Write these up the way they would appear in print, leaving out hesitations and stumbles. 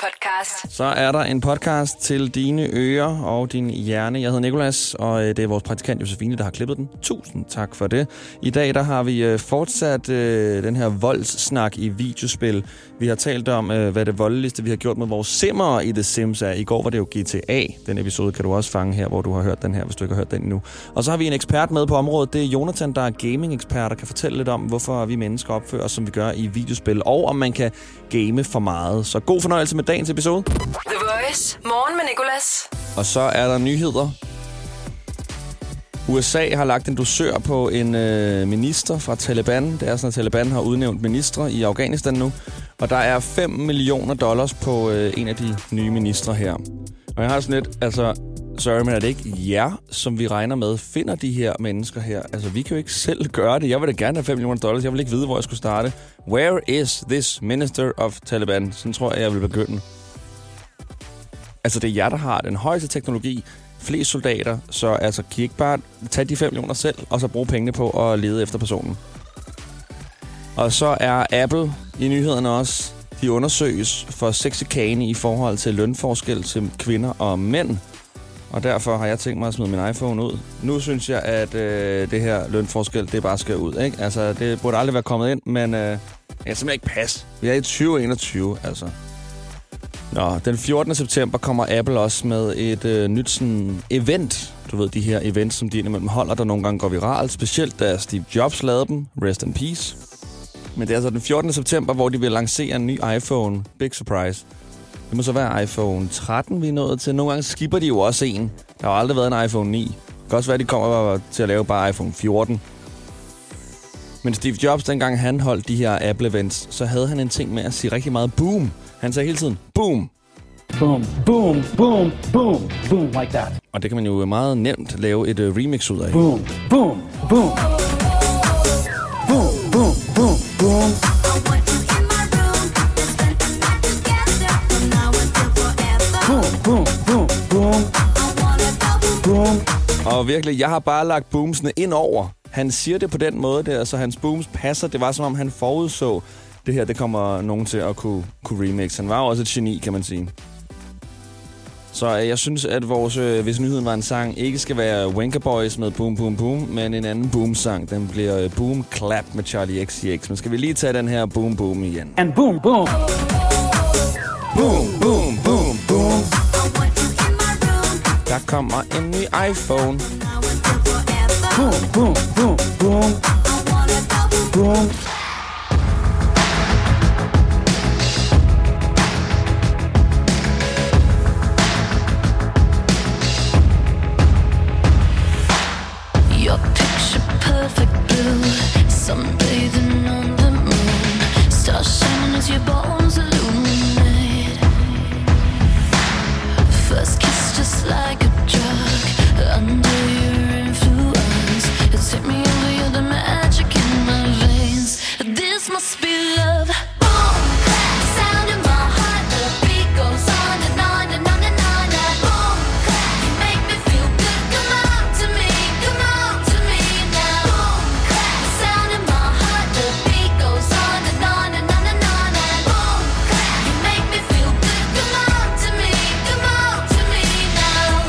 podcast. Så er der en podcast til dine ører og din hjerne. Jeg hedder Nicolas, og det er vores praktikant Josefine, der har klippet den. Tusind tak for det. I dag der har vi fortsat den her voldssnak i videospil. Vi har talt om, hvad det voldeligste, vi har gjort med vores simmere i The Sims er. I går var det jo GTA. Den episode kan du også fange her, hvor du har hørt den her, hvis du ikke har hørt den endnu. Og så har vi en ekspert med på området. Det er Jonathan, der er gaming-ekspert og kan fortælle lidt om, hvorfor vi mennesker opfører os, som vi gør i videospil, og om man kan game for meget. Så god fornøjelse med dagens episode. The Voice. Morgen med Nicolas. Og så er der nyheder. USA har lagt en dusør på en minister fra Taliban. Det er sådan, at Taliban har udnævnt ministre i Afghanistan nu. Og der er $5 millioner på en af de nye ministre her. Og jeg har sådan lidt, altså, sorry, men er det ikke jer, som vi regner med, finder de her mennesker her? Altså, vi kan jo ikke selv gøre det. Jeg vil da gerne have $5 millioner. Jeg vil ikke vide, hvor jeg skulle starte. Where is this minister of Taliban? Sådan tror jeg vil begynde. Altså, det er jer, der har den højeste teknologi, flest soldater, så altså, kan I ikke bare tage de $5 millioner selv, og så bruge pengene på at lede efter personen? Og så er Apple i nyhederne også. De undersøges for sexchikane i forhold til lønforskel til kvinder og mænd. Og derfor har jeg tænkt mig at smide min iPhone ud. Nu synes jeg, at det her lønforskel, det bare skal ud, ikke? Altså, det burde aldrig være kommet ind, men jeg kan simpelthen ikke passe. Vi er i 2021, altså. Nå, den 14. september kommer Apple også med et nyt sådan event. Du ved, de her events, som de indimellem holder, der nogle gange går viralt. Specielt da Steve Jobs lavede dem. Rest in peace. Men det er altså den 14. september, hvor de vil lancere en ny iPhone. Big surprise. Det må så være iPhone 13, vi er nået til. Nogle gange skipper de jo også en. Der har aldrig været en iPhone 9. Det kan også være, at de kommer til at lave bare iPhone 14. Men Steve Jobs, dengang han holdt de her Apple-events, så havde han en ting med at sige rigtig meget boom. Han sagde hele tiden boom. Boom, boom, boom, boom, boom, like that. Og det kan man jo meget nemt lave et remix ud af. Boom, boom, boom. Boom, boom, boom, boom. Boom, boom, boom, boom. Boom. Og virkelig, jeg har bare lagt boomsene ind over. Han siger det på den måde der, så hans booms passer. Det var som om han forudså, det her det kommer nogen til at kunne remix. Han var jo også et geni, kan man sige. Så jeg synes, at vores, hvis nyheden var en sang, ikke skal være Wanker Boys med Boom Boom Boom, men en anden boom-sang. Den bliver Boom Clap med Charlie XCX. Men skal vi lige tage den her Boom Boom igen? And boom, boom. Boom, boom, boom, boom. Der kommer en ny iPhone. Boom, boom, boom, boom. Boom. Your picture perfect blue, sunbathing on the moon, stars shining as your bones illuminate. First kiss just like a drug, under your influence, you take me over, you're the magic in my veins. This must be love. Boom, clap, sound in my heart, the beat goes on and on and on and on. And boom, clap, you make me feel good. Come on to me, come on to me now. Boom, clap, sound in my heart, the beat goes on and on and on and on. And boom, clap, you make me feel good. Come on to me now.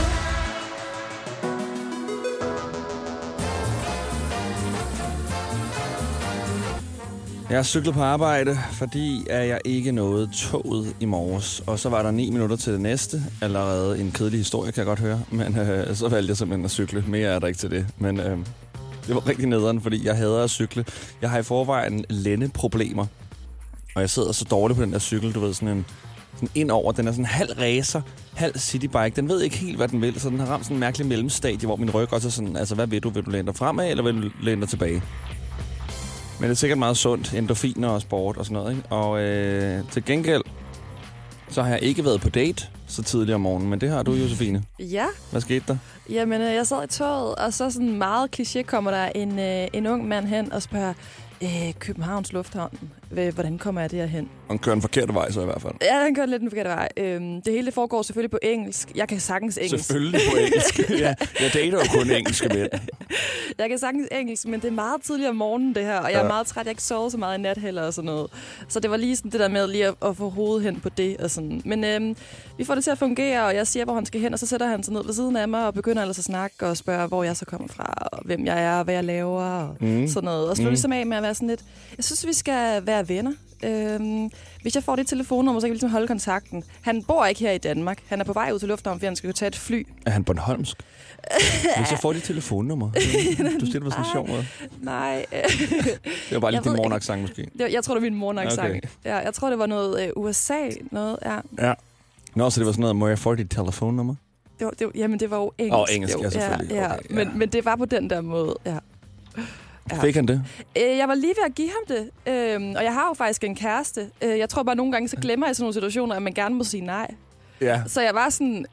Jeg har cyklet på arbejde, fordi jeg ikke nåede toget i morges. Og så var der 9 minutter til det næste. Allerede en kedelig historie, kan jeg godt høre. Men så valgte jeg simpelthen at cykle. Mere er der ikke til det. Men det var rigtig nederen, fordi jeg hader at cykle. Jeg har i forvejen lændeproblemer. Og jeg sidder så dårligt på den der cykel, du ved, sådan indover. Den er sådan halv racer, halv citybike. Den ved ikke helt, hvad den vil. Så den har ramt sådan en mærkelig mellemstadie, hvor min ryg også er sådan, altså hvad vil du? Vil du læne dig fremad, eller vil du læne dig tilbage? Men det er sikkert meget sundt. Endorfiner og sport og sådan noget, ikke? Og til gengæld, så har jeg ikke været på date så tidligt om morgenen. Men det har du, Josefine. Ja. Hvad skete der? Jamen, jeg sad i toget, og så sådan meget kliché kommer der en ung mand hen og spørger, Københavns Lufthavn, hvordan kommer jeg derhen? Han kører den forkerte vej så i hvert fald. Ja, han kører lidt den forkerte vej. Det hele det foregår selvfølgelig på engelsk. Jeg kan sagtens engelsk. Selvfølgelig på engelsk. Ja, jeg dater jo kun engelske mænd. Jeg kan sagtens engelsk, men det er meget tidligt om morgenen, det her. Og jeg er meget træt. Jeg har ikke sovet så meget i nat heller og sådan noget. Så det var lige sådan det der med lige at få hovedet hen på det og sådan. Men vi får det til at fungere, og jeg siger, hvor han skal hen, og så sætter han sig ned ved siden af mig og begynder ellers at snakke og spørge, hvor jeg så kommer fra, og hvem jeg er, og hvad jeg laver og sådan noget. Og slutter ligesom af med at være sådan lidt, jeg synes, vi skal være venner. Hvis jeg får det telefonnummer, så kan vi ligesom holde kontakten. Han bor ikke her i Danmark. Han er på vej ud til lufthavnen, fordi han skal tage et fly. Er han bornholmsk? Hvis jeg får dit telefonnummer. Du siger, det var sådan sjov måde. Nej. Det var bare lige din morgenaksang måske. Jeg tror, det var min morgenaksang. Okay. Ja, jeg tror, det var noget USA. Noget, ja. Nå, så det var sådan noget, må jeg få dit telefonnummer? Jamen, det var jo engelsk. Engelsk, ja, selvfølgelig. Ja. Okay, men det var på den der måde, ja. Fik han det? Jeg var lige ved at give ham det, og jeg har jo faktisk en kæreste. Jeg tror bare, nogle gange så glemmer jeg i sådan nogle situationer, at man gerne må sige nej. Ja. Så jeg var sådan,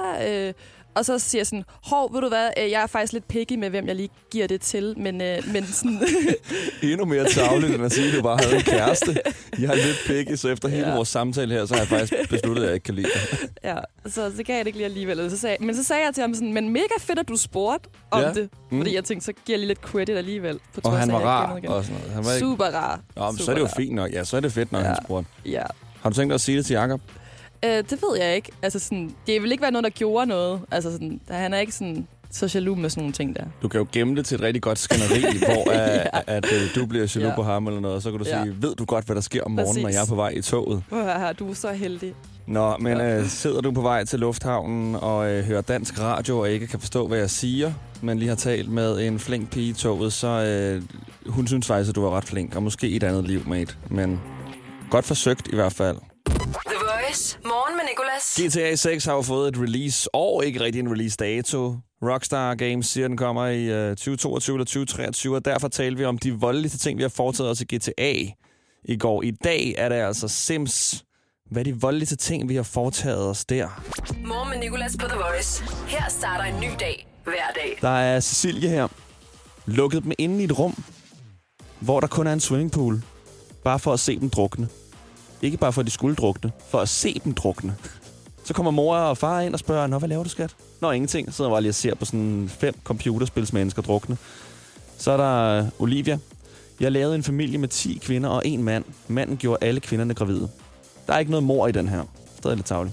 og så siger jeg sådan, ved du hvad, jeg er faktisk lidt picky med, hvem jeg lige giver det til, men sådan... Endnu mere tarveligt, end at sige, at du bare havde en kæreste. Jeg har lidt picky, så efter hele vores samtale her, så har jeg faktisk besluttet, at jeg ikke kan lide det. Ja, så kan jeg det ikke lige alligevel. Men så sagde jeg til ham sådan, men mega fedt, at du spurgte om det. Fordi jeg tænkte, så giver jeg lige lidt credit alligevel. På og han var rar og sådan noget. Han var super rar. Ja, så er det jo fint nok. Ja, så er det fedt nok, han spurgte. Ja. Har du tænkt dig at sige det til Jakob? Det ved jeg ikke. Altså sådan, det vil ikke være noget, der gjorde noget. Altså sådan, han er ikke sådan så jaloux med sådan nogle ting der. Du kan jo gemme det til et rigtig godt skænderi, hvor at du bliver jaloux på ham eller noget, og så kan du sige, ved du godt, hvad der sker om morgenen, når jeg er på vej i toget? Du er så heldig. Nå, men sidder du på vej til lufthavnen og hører dansk radio og ikke kan forstå, hvad jeg siger, men lige har talt med en flink pige i toget, så hun synes faktisk, at du er ret flink, og måske et andet liv, mate. Men godt forsøgt i hvert fald. The Voice. Morgen med Nicolas. GTA 6 har jo fået et release, og ikke rigtig en release-dato. Rockstar Games siger, den kommer i 2022 eller 2023, og derfor taler vi om de voldelige ting, vi har foretaget os i GTA i går. I dag er det altså Sims. Hvad er de voldelige ting, vi har foretaget os der? Morgen med Nicolas på The Voice. Her starter en ny dag hver dag. Der er Cecilie her. Lukket dem inde i et rum, hvor der kun er en swimmingpool. Bare for at se dem drukne. Ikke bare for, at de skulle drukne. For at se dem drukne. Så kommer mor og far ind og spørger, nå, hvad laver du, skat? Nå, ingenting. Så sidder jeg bare lige og ser på sådan 5 computerspilsmennesker drukne. Så er der Olivia. Jeg lavede en familie med 10 kvinder og 1 mand. Manden gjorde alle kvinderne gravide. Der er ikke noget mor i den her. Stadig lidt tavlig.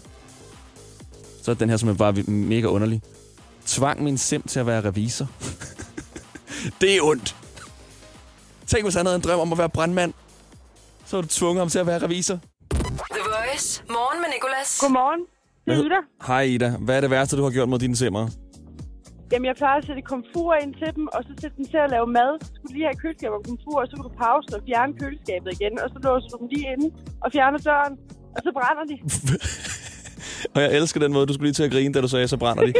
Så er den her, som er bare mega underlig. Tvang min sim til at være revisor. Det er ondt. Tænk, hvis han havde en drøm om at være brandmand. Så er du tvunget ham til at være revisor. The Voice. Morgen med Nicolas. Godmorgen. Det er Ida. Hej Ida. Hvad er det værste, du har gjort mod dine simmer? Jamen, jeg plejer at sætte komfur ind til dem, og så sætte dem til at lave mad. Så skulle lige have køleskab og komfur, og så kan du pause og fjerne køleskabet igen, og så låser du dem lige inde og fjerner døren, og så brænder de. Og jeg elsker den måde, du skulle lige til at grine, da du sagde, så brænder de.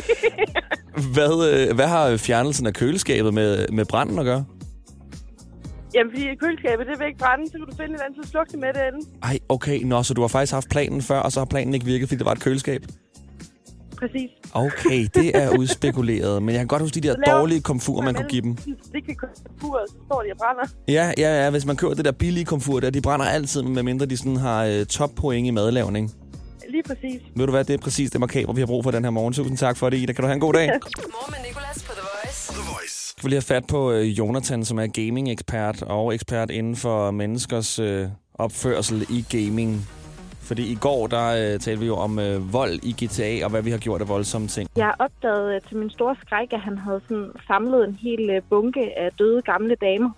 Hvad har fjernelsen af køleskabet med branden at gøre? Jamen, fordi køleskabet, det vil ikke brænde, så kan du finde et andet, så slukke det med det inde. Ej, okay. Nå, så du har faktisk haft planen før, og så har planen ikke virket, fordi det var et køleskab? Præcis. Okay, det er udspekuleret. Men jeg kan godt huske de der dårlige komfurer, man kunne give dem. Det kan komfur, så står de og brænder. Ja. Hvis man køber det der billige komfur der, de brænder altid, medmindre de sådan har toppoint i madlavning. Lige præcis. Ved du hvad, det er præcis det makaber, vi har brug for den her morgen. Tusind tak for det, Ida. Kan du have en god dag? Morgen med Nicolas på The Voice. The Voice. Skal vi lige have fat på Jonathan, som er gaming-ekspert og ekspert inden for menneskers opførsel i gaming. Fordi i går, der talte vi jo om vold i GTA, og hvad vi har gjort af voldsomme ting. Jeg opdagede til min store skræk, at han havde sådan samlet en hel bunke af døde gamle damer.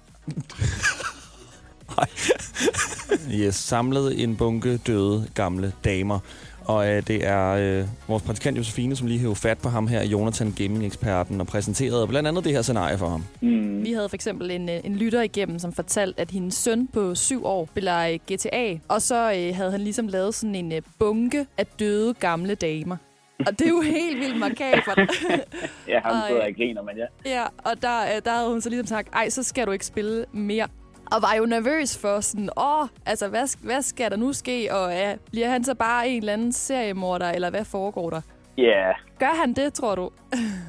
Yes, samlet en bunke døde gamle damer. Og det er vores praktikant Josefine, som lige hævde fat på ham her, Jonathan, gaming-eksperten, og præsenterede blandt andet det her scenarie for ham. Vi havde for eksempel en lytter igennem, som fortalte, at hendes søn på 7 år ville lege GTA. Og så havde han ligesom lavet sådan en bunke af døde gamle damer. Og det er jo helt vildt makabert. Ja, han sidder og griner, men ja. Ja, og der havde hun så ligesom sagt, ej, så skal du ikke spille mere. Og var jo nervøs for sådan, altså hvad skal der nu ske? Og bliver han så bare en eller anden seriemorder, eller hvad foregår der? Ja. Yeah. Gør han det, tror du?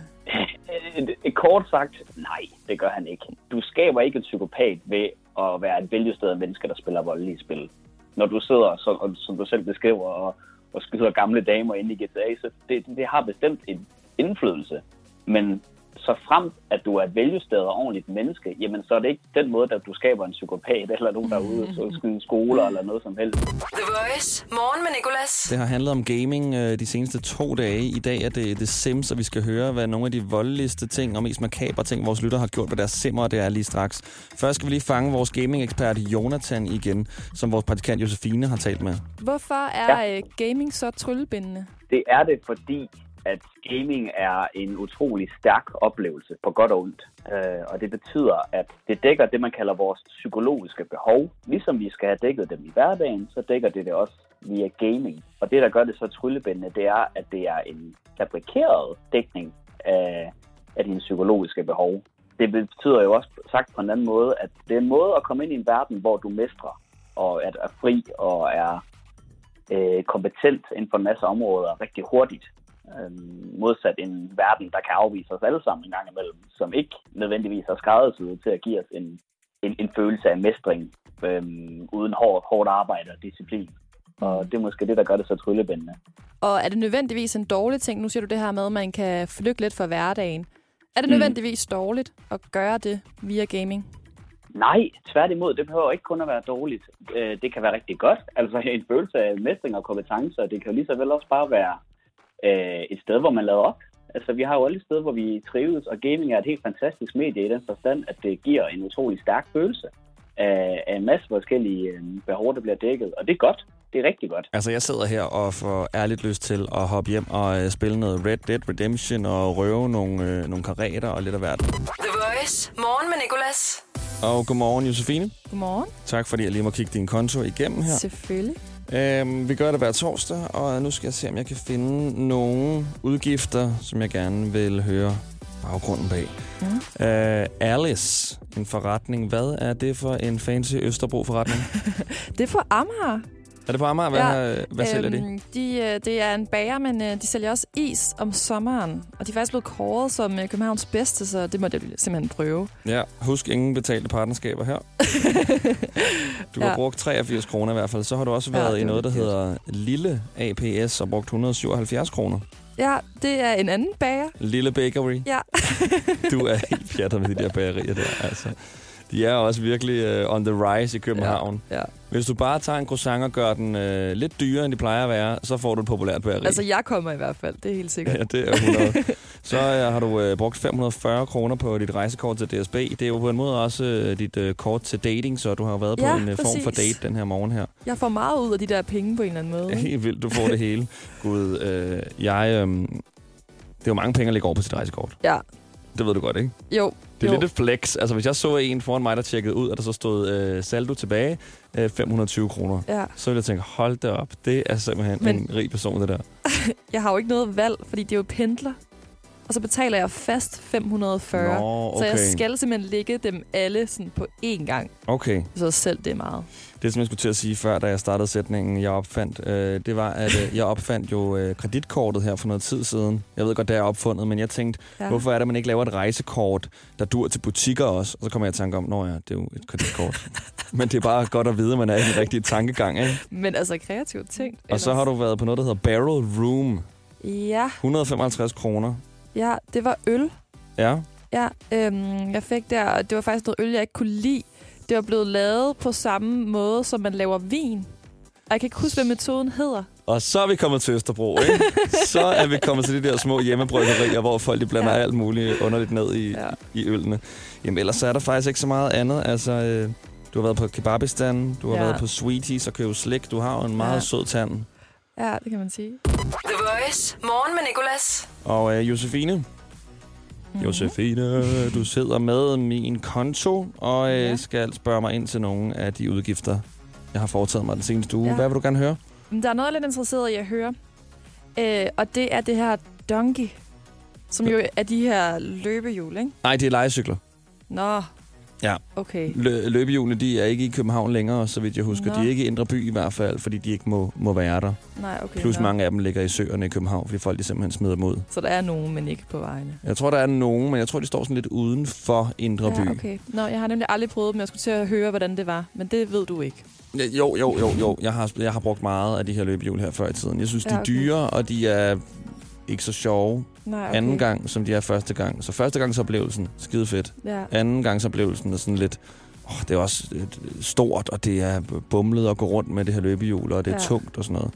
Kort sagt, nej, det gør han ikke. Du skaber ikke et psykopat ved at være et veljusteret menneske, der spiller voldelige spil. når du sidder, som du selv beskriver, og skyder gamle damer ind i GTA, så det har bestemt en indflydelse. Men så frem, at du er et veljusteret og ordentligt menneske, jamen så er det ikke den måde, at du skaber en psykopat eller nogen derude, så skyde skoler eller noget som helst. The Voice. Morgen med Nicolas. Det har handlet om gaming de seneste 2 dage. I dag er det The Sims, og vi skal høre, hvad nogle af de voldeligste ting og mest makabre ting, vores lytter har gjort ved deres simmer, og det er lige straks. Først skal vi lige fange vores gaming-ekspert Jonathan igen, som vores praktikant Josefine har talt med. Hvorfor er gaming så tryllebindende? Det er det, fordi at gaming er en utrolig stærk oplevelse på godt og ondt. Og det betyder, at det dækker det, man kalder vores psykologiske behov. Ligesom vi skal have dækket dem i hverdagen, så dækker det også via gaming. Og det, der gør det så tryllebindende, det er, at det er en fabrikeret dækning af dine psykologiske behov. Det betyder jo også, sagt på en anden måde, at det er en måde at komme ind i en verden, hvor du mestrer og er fri og er kompetent inden for en masse områder rigtig hurtigt. Modsat en verden, der kan afvise os alle sammen en gang imellem, som ikke nødvendigvis har skræddersyet til at give os en følelse af mestring uden hårdt arbejde og disciplin. Og det er måske det, der gør det så tryllebindende. Og er det nødvendigvis en dårlig ting? Nu siger du det her med, at man kan flygte lidt fra hverdagen. Er det nødvendigvis dårligt at gøre det via gaming? Nej, tværtimod. Det behøver ikke kun at være dårligt. Det kan være rigtig godt. Altså en følelse af mestring og kompetencer. Det kan jo lige så vel også bare være et sted, hvor man lader op. Altså, vi har jo alle steder, hvor vi trives, og gaming er et helt fantastisk medie i den forstand, at det giver en utrolig stærk følelse af en masse forskellige behov, der bliver dækket. Og det er godt. Det er rigtig godt. Altså, jeg sidder her og får ærligt lyst til at hoppe hjem og spille noget Red Dead Redemption og røve nogle karetter og lidt af hvert. The Voice. Morgen med Nicolas. Og godmorgen, Josefine. Godmorgen. Tak, fordi jeg lige må kigge din konto igennem her. Selvfølgelig. Vi gør det hver torsdag, og nu skal jeg se, om jeg kan finde nogle udgifter, som jeg gerne vil høre baggrunden bag. Alice, en forretning. Hvad er det for en fancy Østerbro-forretning? Det er for Amager. Er det på Amager? Hvad sælger de? Det er en bager, men de sælger også is om sommeren. Og de er faktisk blevet kåret som Københavns bedste, så det måtte jeg simpelthen prøve. Ja, husk ingen betalte partnerskaber her. Du har brugt 83 kroner i hvert fald. Så har du også været i noget, der hedder Lille APS og brugt 177 kroner. Ja, det er en anden bager. Lille Bakery. Ja. Du er helt pjattet med de der bagerier der, altså. De er også virkelig on the rise i København. Ja. Hvis du bare tager en croissant og gør den lidt dyrere, end de plejer at være, så får du et populært bageri. Altså, jeg kommer i hvert fald. Det er helt sikkert. Ja, det er 100. Så har du brugt 540 kroner på dit rejsekort til DSB. Det er jo på en måde også dit kort til dating, så du har været på en form for date den her morgen her. Jeg får meget ud af de der penge på en eller anden måde. Ja, helt vildt. Du får det hele. Gud, det er jo mange penge at lægge over på sit rejsekort. Ja. Det ved du godt, ikke? Jo. Det er lidt et flex. Altså, hvis jeg så en foran mig, der tjekkede ud, og der så stod saldo tilbage, 520 kroner, så ville jeg tænke, hold da op. Det er simpelthen en rig person, det der. Jeg har jo ikke noget valg, fordi det er jo pendler. Og så betaler jeg fast 540. Okay. Så jeg skal simpelthen lægge dem alle sådan på én gang. Okay. Så selv det er meget. Det, som jeg skulle til at sige før, da jeg startede sætningen, jeg opfandt, det var, at jeg opfandt jo kreditkortet her for noget tid siden. Jeg ved godt, det er opfundet, men jeg tænkte, hvorfor er det, man ikke laver et rejsekort, der dur til butikker også? Og så kommer jeg i tanke om, det er jo et kreditkort. Men det er bare godt at vide, at man er i den rigtige tankegang, ikke? Men altså kreativt tænkt. Og så har du været på noget, der hedder Barrel Room. Ja. 155 kroner. Ja, det var øl. Ja. Ja, jeg fik der, og det var faktisk noget øl, jeg ikke kunne lide. Det var blevet lavet på samme måde, som man laver vin. Og jeg kan ikke huske, hvad metoden hedder. Og så er vi kommet til Østerbro, ikke? Så er vi kommet til de der små hjemmebryggerier, hvor folk de blander alt muligt underligt ned i ølene. Jamen ellers er der faktisk ikke så meget andet. Altså, du har været på Kebabistan, du har været på Sweeties og købt slik. Du har jo en meget sød tand. Ja, det kan man sige. The Voice. Morgen med Nicolas. Og Josefine. Josefine, du sidder med min konto og skal spørge mig ind til nogle af de udgifter, jeg har foretaget mig den seneste uge. Hvad vil du gerne høre? Der er noget, jeg er lidt interesseret i at høre. Og det er det her donkey, som jo er de her løbehjul, ikke? Nej, det er legecykler. Nå. Ja. Okay. Løbehjulene, de er ikke i København længere, så vidt jeg husker. De er ikke i Indre By i hvert fald, fordi de ikke må være der. Nej, okay. Plus mange af dem ligger i søerne i København, fordi folk de simpelthen smider dem ud. Så der er nogen, men ikke på vejene? Jeg tror, der er nogen, men jeg tror, de står sådan lidt uden for Indre By. Ja, okay. Nå, jeg har nemlig aldrig prøvet dem. Jeg skulle til at høre, hvordan det var, men det ved du ikke. Jo. Jeg har brugt meget af de her løbehjul her før i tiden. Jeg synes, de er dyre, og de er ikke så sjove. Nej, okay. Anden gang, som de er første gang. Så første gangs oplevelsen, skide fedt. Ja. Anden gangs oplevelsen er sådan lidt... det er også stort, og det er bumlet at gå rundt med det her løbehjul, og det er tungt og sådan noget.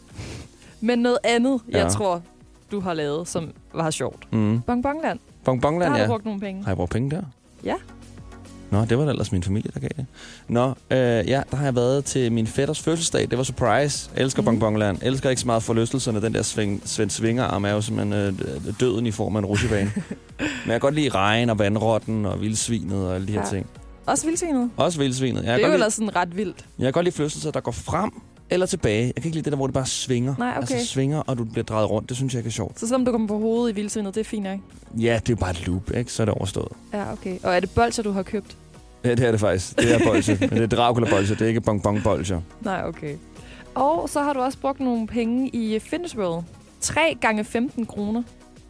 Men noget andet, jeg tror, du har lavet, som var sjovt. Bonbonland. Bonbonland, der har du brugt nogle penge. Har jeg brugt penge der? Ja. Nå, det var da ellers min familie, der gav det. Nå, der har jeg været til min fætters fødselsdag. Det var surprise. Jeg elsker Bonbonland. Jeg elsker ikke så meget forlystelserne. Den der Svend Svingerarm er jo simpelthen døden i form af en rutsjebane. Men jeg kan godt lide regn og vandrotten og vildsvinet og alle de her ting. Også vildsvinet? Også vildsvinet. Det er jo ellers sådan ret vildt. Jeg kan godt lide forlystelser, der går frem eller tilbage. Jeg kan ikke lide det der, hvor det bare svinger. Nej, okay. Altså svinger, og du bliver drejet rundt. Det synes jeg ikke er sjovt. Så selvom du kommer på hovedet i vildsvinet, det er fint, ikke? Ja, det er jo bare et loop, ikke? Så er det overstået. Ja, okay. Og er det bolcher, du har købt? Ja, det er det faktisk. Det er bolcher. Men det er Dracula-bolcher. Det er ikke bonbon-bolcher. Nej, okay. Og så har du også brugt nogle penge i Fitness World. 3 gange 15 kroner.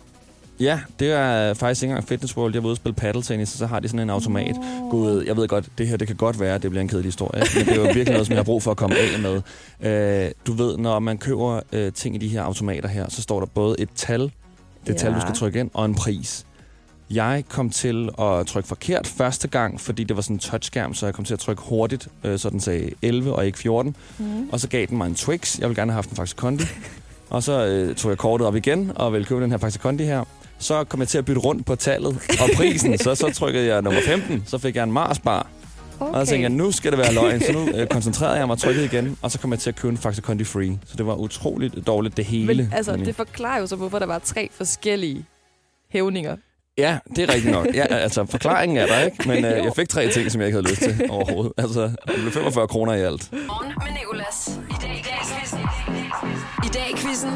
Ja, det er faktisk ikke engang Fitness World. Jeg var ude og spille paddeltennis, og så har de sådan en automat. Gud, jeg ved godt, det her det kan godt være, at det bliver en kedelig historie. Men det er jo virkelig noget, som jeg har brug for at komme af med. Du ved, når man køber ting i de her automater her, så står der både et tal, tal, du skal trykke ind, og en pris. Jeg kom til at trykke forkert første gang, fordi det var sådan en touchskærm, så jeg kom til at trykke hurtigt, så den sagde 11 og ikke 14. Og så gav den mig en Twix. Jeg ville gerne have haft en Faxe Kondi. Og så tog jeg kortet op igen og ville købe den her Faxe Kondi her. Så kom jeg til at bytte rundt på tallet og prisen. så trykkede jeg nummer 15. Så fik jeg en Mars bar. Okay. Og så tænkte jeg, nu skal det være løgn. Så nu koncentrerede jeg mig og trykkede igen. Og så kom jeg til at købe en Faxe Kondi Free. Så det var utroligt dårligt det hele. Men altså, det forklarer jo så, hvorfor der var 3 forskellige hævninger. Ja, det er rigtigt nok. Ja, altså, forklaringen er der, ikke? Men jeg fik 3 ting, som jeg ikke havde lyst til overhovedet. Altså, det blev 45 kroner i alt. Morgen med Nicolas. I dag quizzen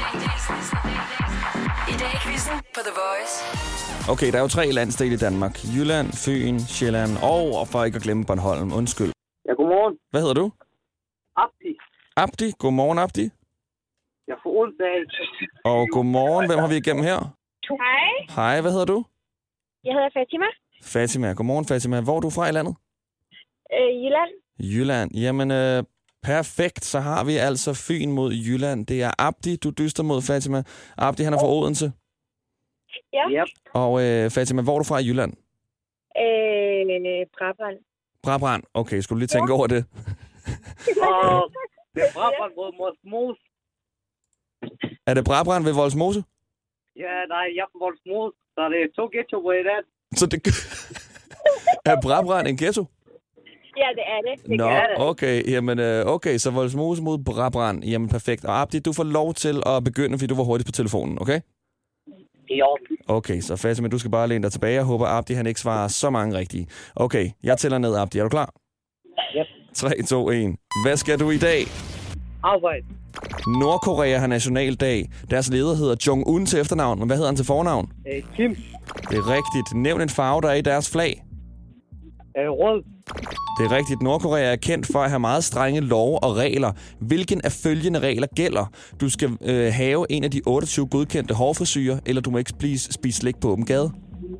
på The Voice. Okay, der er jo 3 landsdele i Danmark. Jylland, Fyn, Sjælland og for ikke at glemme Bornholm. Undskyld. Ja, godmorgen. Hvad hedder du? Abdi. Abdi. Godmorgen, Abdi. Jeg er fra Oldedal. Og godmorgen. Hvem har vi igennem her? Hej. Hej, hvad hedder du? Jeg hedder Fatima. Fatima. Godmorgen, Fatima. Hvor er du fra i landet? Jylland. Jylland. Jamen, perfekt. Så har vi altså Fyn mod Jylland. Det er Abdi, du dyster mod Fatima. Abdi, han er fra Odense. Ja. Yep. Og Fatima, hvor er du fra i Jylland? Brabrand. Brabrand. Okay, skulle du lige tænke over det? Og det er Brabrand mod Vollsmose. Er det Brabrand ved Vollsmose? Ja, nej, jeg er fra Vollsmose, så det er 2 ghettoer i dag. Så det... er Brabrand en ghetto? Ja, det er det. Nå, okay. Jamen, okay, så Vollsmose mod Brabrand. Jamen, perfekt. Og Abdi, du får lov til at begynde, fordi du var hurtigt på telefonen, okay? Det er ordentligt. Okay, så Fatima, du skal bare læne dig tilbage. Jeg håber, Abdi han ikke svarer så mange rigtige. Okay, jeg tæller ned, Abdi. Er du klar? Yep. 3, 2, 1. Hvad skal du i dag? Arbejde. Nordkorea har nationaldag. Deres leder hedder Jong-un til efternavn, men hvad hedder han til fornavn? Kim. Det er rigtigt. Nævn en farve, der er i deres flag. Rød. Det er rigtigt. Nordkorea er kendt for at have meget strenge love og regler. Hvilken af følgende regler gælder? Du skal have en af de 28 godkendte hårfrisyrer, eller du må ikke spise slik på åben gade.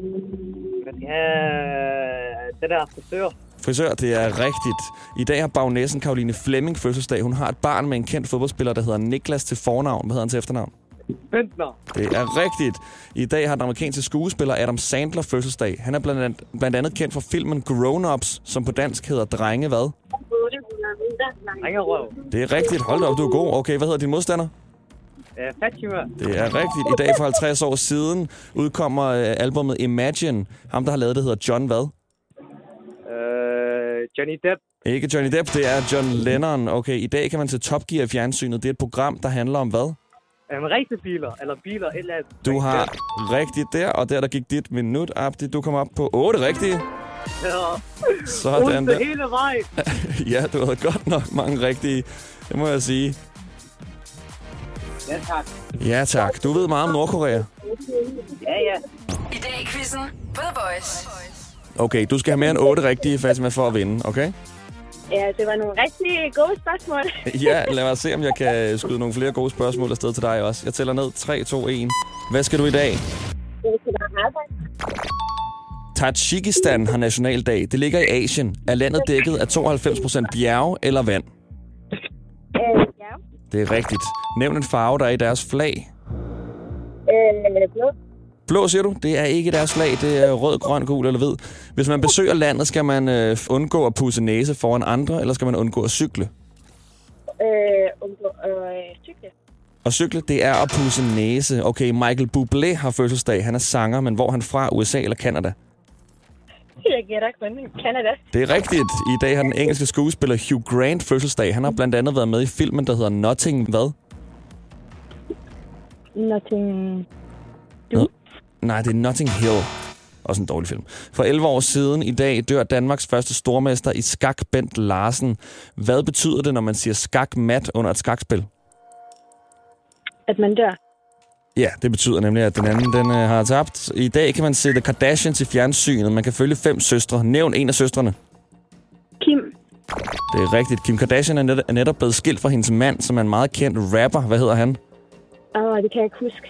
Det der frisør. Frisør, det er rigtigt. I dag har baronessen Caroline Flemming fødselsdag. Hun har et barn med en kendt fodboldspiller, der hedder Niklas til fornavn. Hvad hedder han til efternavn? Bentner. Det er rigtigt. I dag har den amerikanske skuespiller Adam Sandler fødselsdag. Han er blandt andet kendt for filmen Grown Ups, som på dansk hedder Drenge hvad? Drengerøv. Det er rigtigt. Hold da op, du er god. Okay, hvad hedder din modstander? Fatima. Det er rigtigt. I dag for 50 år siden udkommer albumet Imagine. Ham, der har lavet det, hedder John hvad? Johnny Depp. Ikke Johnny Depp, det er John Lennon. Okay, i dag kan man se Top Gear i fjernsynet. Det er et program, der handler om hvad? Racerbiler, eller biler, eller andet. Du har rigtigt der, og der gik dit minut, Abdi. Du kom op på 8 rigtige. Ja. Sådan der. hele vejen. Ja, du havde godt nok mange rigtige. Det må jeg sige. Ja, tak. Ja, tak. Du ved meget om Nordkorea. Ja. I dag quizzen på The Voice. Okay, du skal have mere end 8 rigtige, Fatima, for at vinde, okay? Ja, det var nogle rigtig gode spørgsmål. Ja, lad mig se, om jeg kan skyde nogle flere gode spørgsmål afsted til dig også. Jeg tæller ned. 3, 2, 1. Hvad skal du i dag? Jeg skal bare arbejde. Tajikistan har nationaldag. Det ligger i Asien. Er landet dækket af 92% bjerge eller vand? Ja. Det er rigtigt. Nævn en farve, der er i deres flag. Blå. Blå, siger du? Det er ikke deres flag. Det er rød, grøn, gul eller hvid. Hvis man besøger landet, skal man undgå at pudse næse foran andre, eller skal man undgå at cykle? Cykle. Og cykle, det er at pudse næse. Okay, Michael Bublé har fødselsdag. Han er sanger, men hvor er han fra? USA eller Canada? Jeg gætter kun Canada. Det er rigtigt. I dag har den engelske skuespiller Hugh Grant fødselsdag. Han har blandt andet været med i filmen, der hedder Notting hvad? Notting... Nej, det er Notting Hill. Også en dårlig film. For 11 år siden i dag dør Danmarks første stormester i skak, Bent Larsen. Hvad betyder det, når man siger skakmat under et skakspil? At man dør. Ja, det betyder nemlig, at den anden har tabt. I dag kan man se The Kardashians i fjernsynet. Man kan følge 5 søstre. Nævn en af søstrene. Kim. Det er rigtigt. Kim Kardashian er netop blevet skilt fra hendes mand, som er en meget kendt rapper. Hvad hedder han? Det kan jeg ikke huske.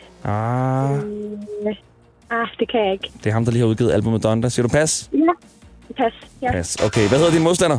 Det kan jeg ikke. Det er ham, der lige har udgivet albumet Donda. Siger du pas? Ja. Pas. Ja. Pas. Okay, hvad hedder din modstander?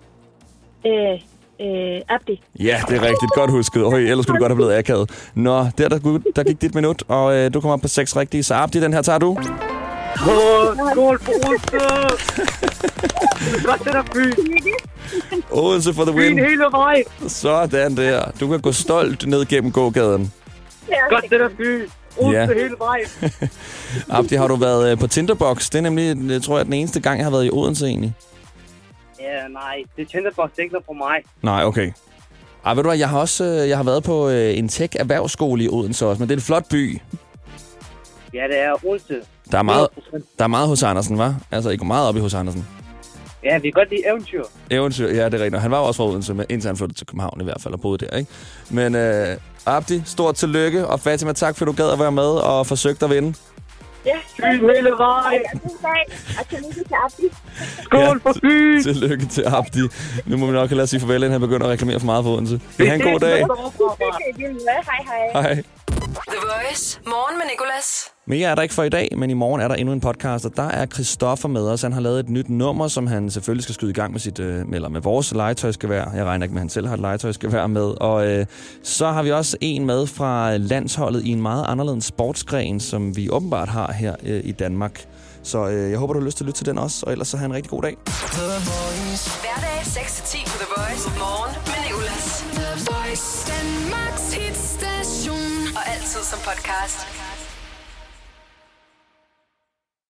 Abdi. Ja, det er rigtigt. Godt husket. Ellers skulle du godt have blevet akavet. Nå, der gik dit minut, og du kommer op på 6 rigtige. Så Abdi, den her tager du. Skål for Odense! Godt, det er Fyn. Odense for the win. Fyn hele vej. Sådan der. Du kan gå stolt ned gennem gågaden. Godt, det er Fyn. Odense hele vej. Abdi, har du været på Tinderbox? Det er nemlig, tror jeg, den eneste gang, jeg har været i Odense egentlig. Ja, nej. Det Tinderbox er ikke noget for mig. Nej, okay. Ved du hvad, jeg har været på en tech-erhvervsskole i Odense også, men det er en flot by. Ja, det er Odense. Der er meget hos Andersen, hva'? Altså, I går meget op i hos Andersen. Ja, vi kan godt lide eventyr. Eventyr, ja, det er rigtigt. Han var også fra Odense, indtil han flyttede til København i hvert fald og boede der, ikke? Men Abdi, stort tillykke, og Fatima, tak for, du gad at være med og forsøgte at vinde. Ja, Fyn hele vej. Og tillykke til Abdi. Skål for Fyn. Tillykke til Abdi. Nu må vi nok lade sige farvel, inden han begynder at reklamere for meget på Odense. Ha' en god dag. Hej. Hej. The Voice. Morgen med Nicolas. Mere er der ikke for i dag, men i morgen er der endnu en podcast, og der er Christoffer med os. Han har lavet et nyt nummer, som han selvfølgelig skal skyde i gang med, med vores legetøjsgevær. Jeg regner ikke med, at han selv har et legetøjsgevær med. Og så har vi også en med fra landsholdet i en meget anderledes sportsgren, som vi åbenbart har her i Danmark. Så jeg håber, du har lyst til at lytte til den også, og ellers så have en rigtig god dag. Hverdag 6-10 på The Voice. Morgen med Nicolas. The Voice. Danmarks hitstation. Og altid som podcast.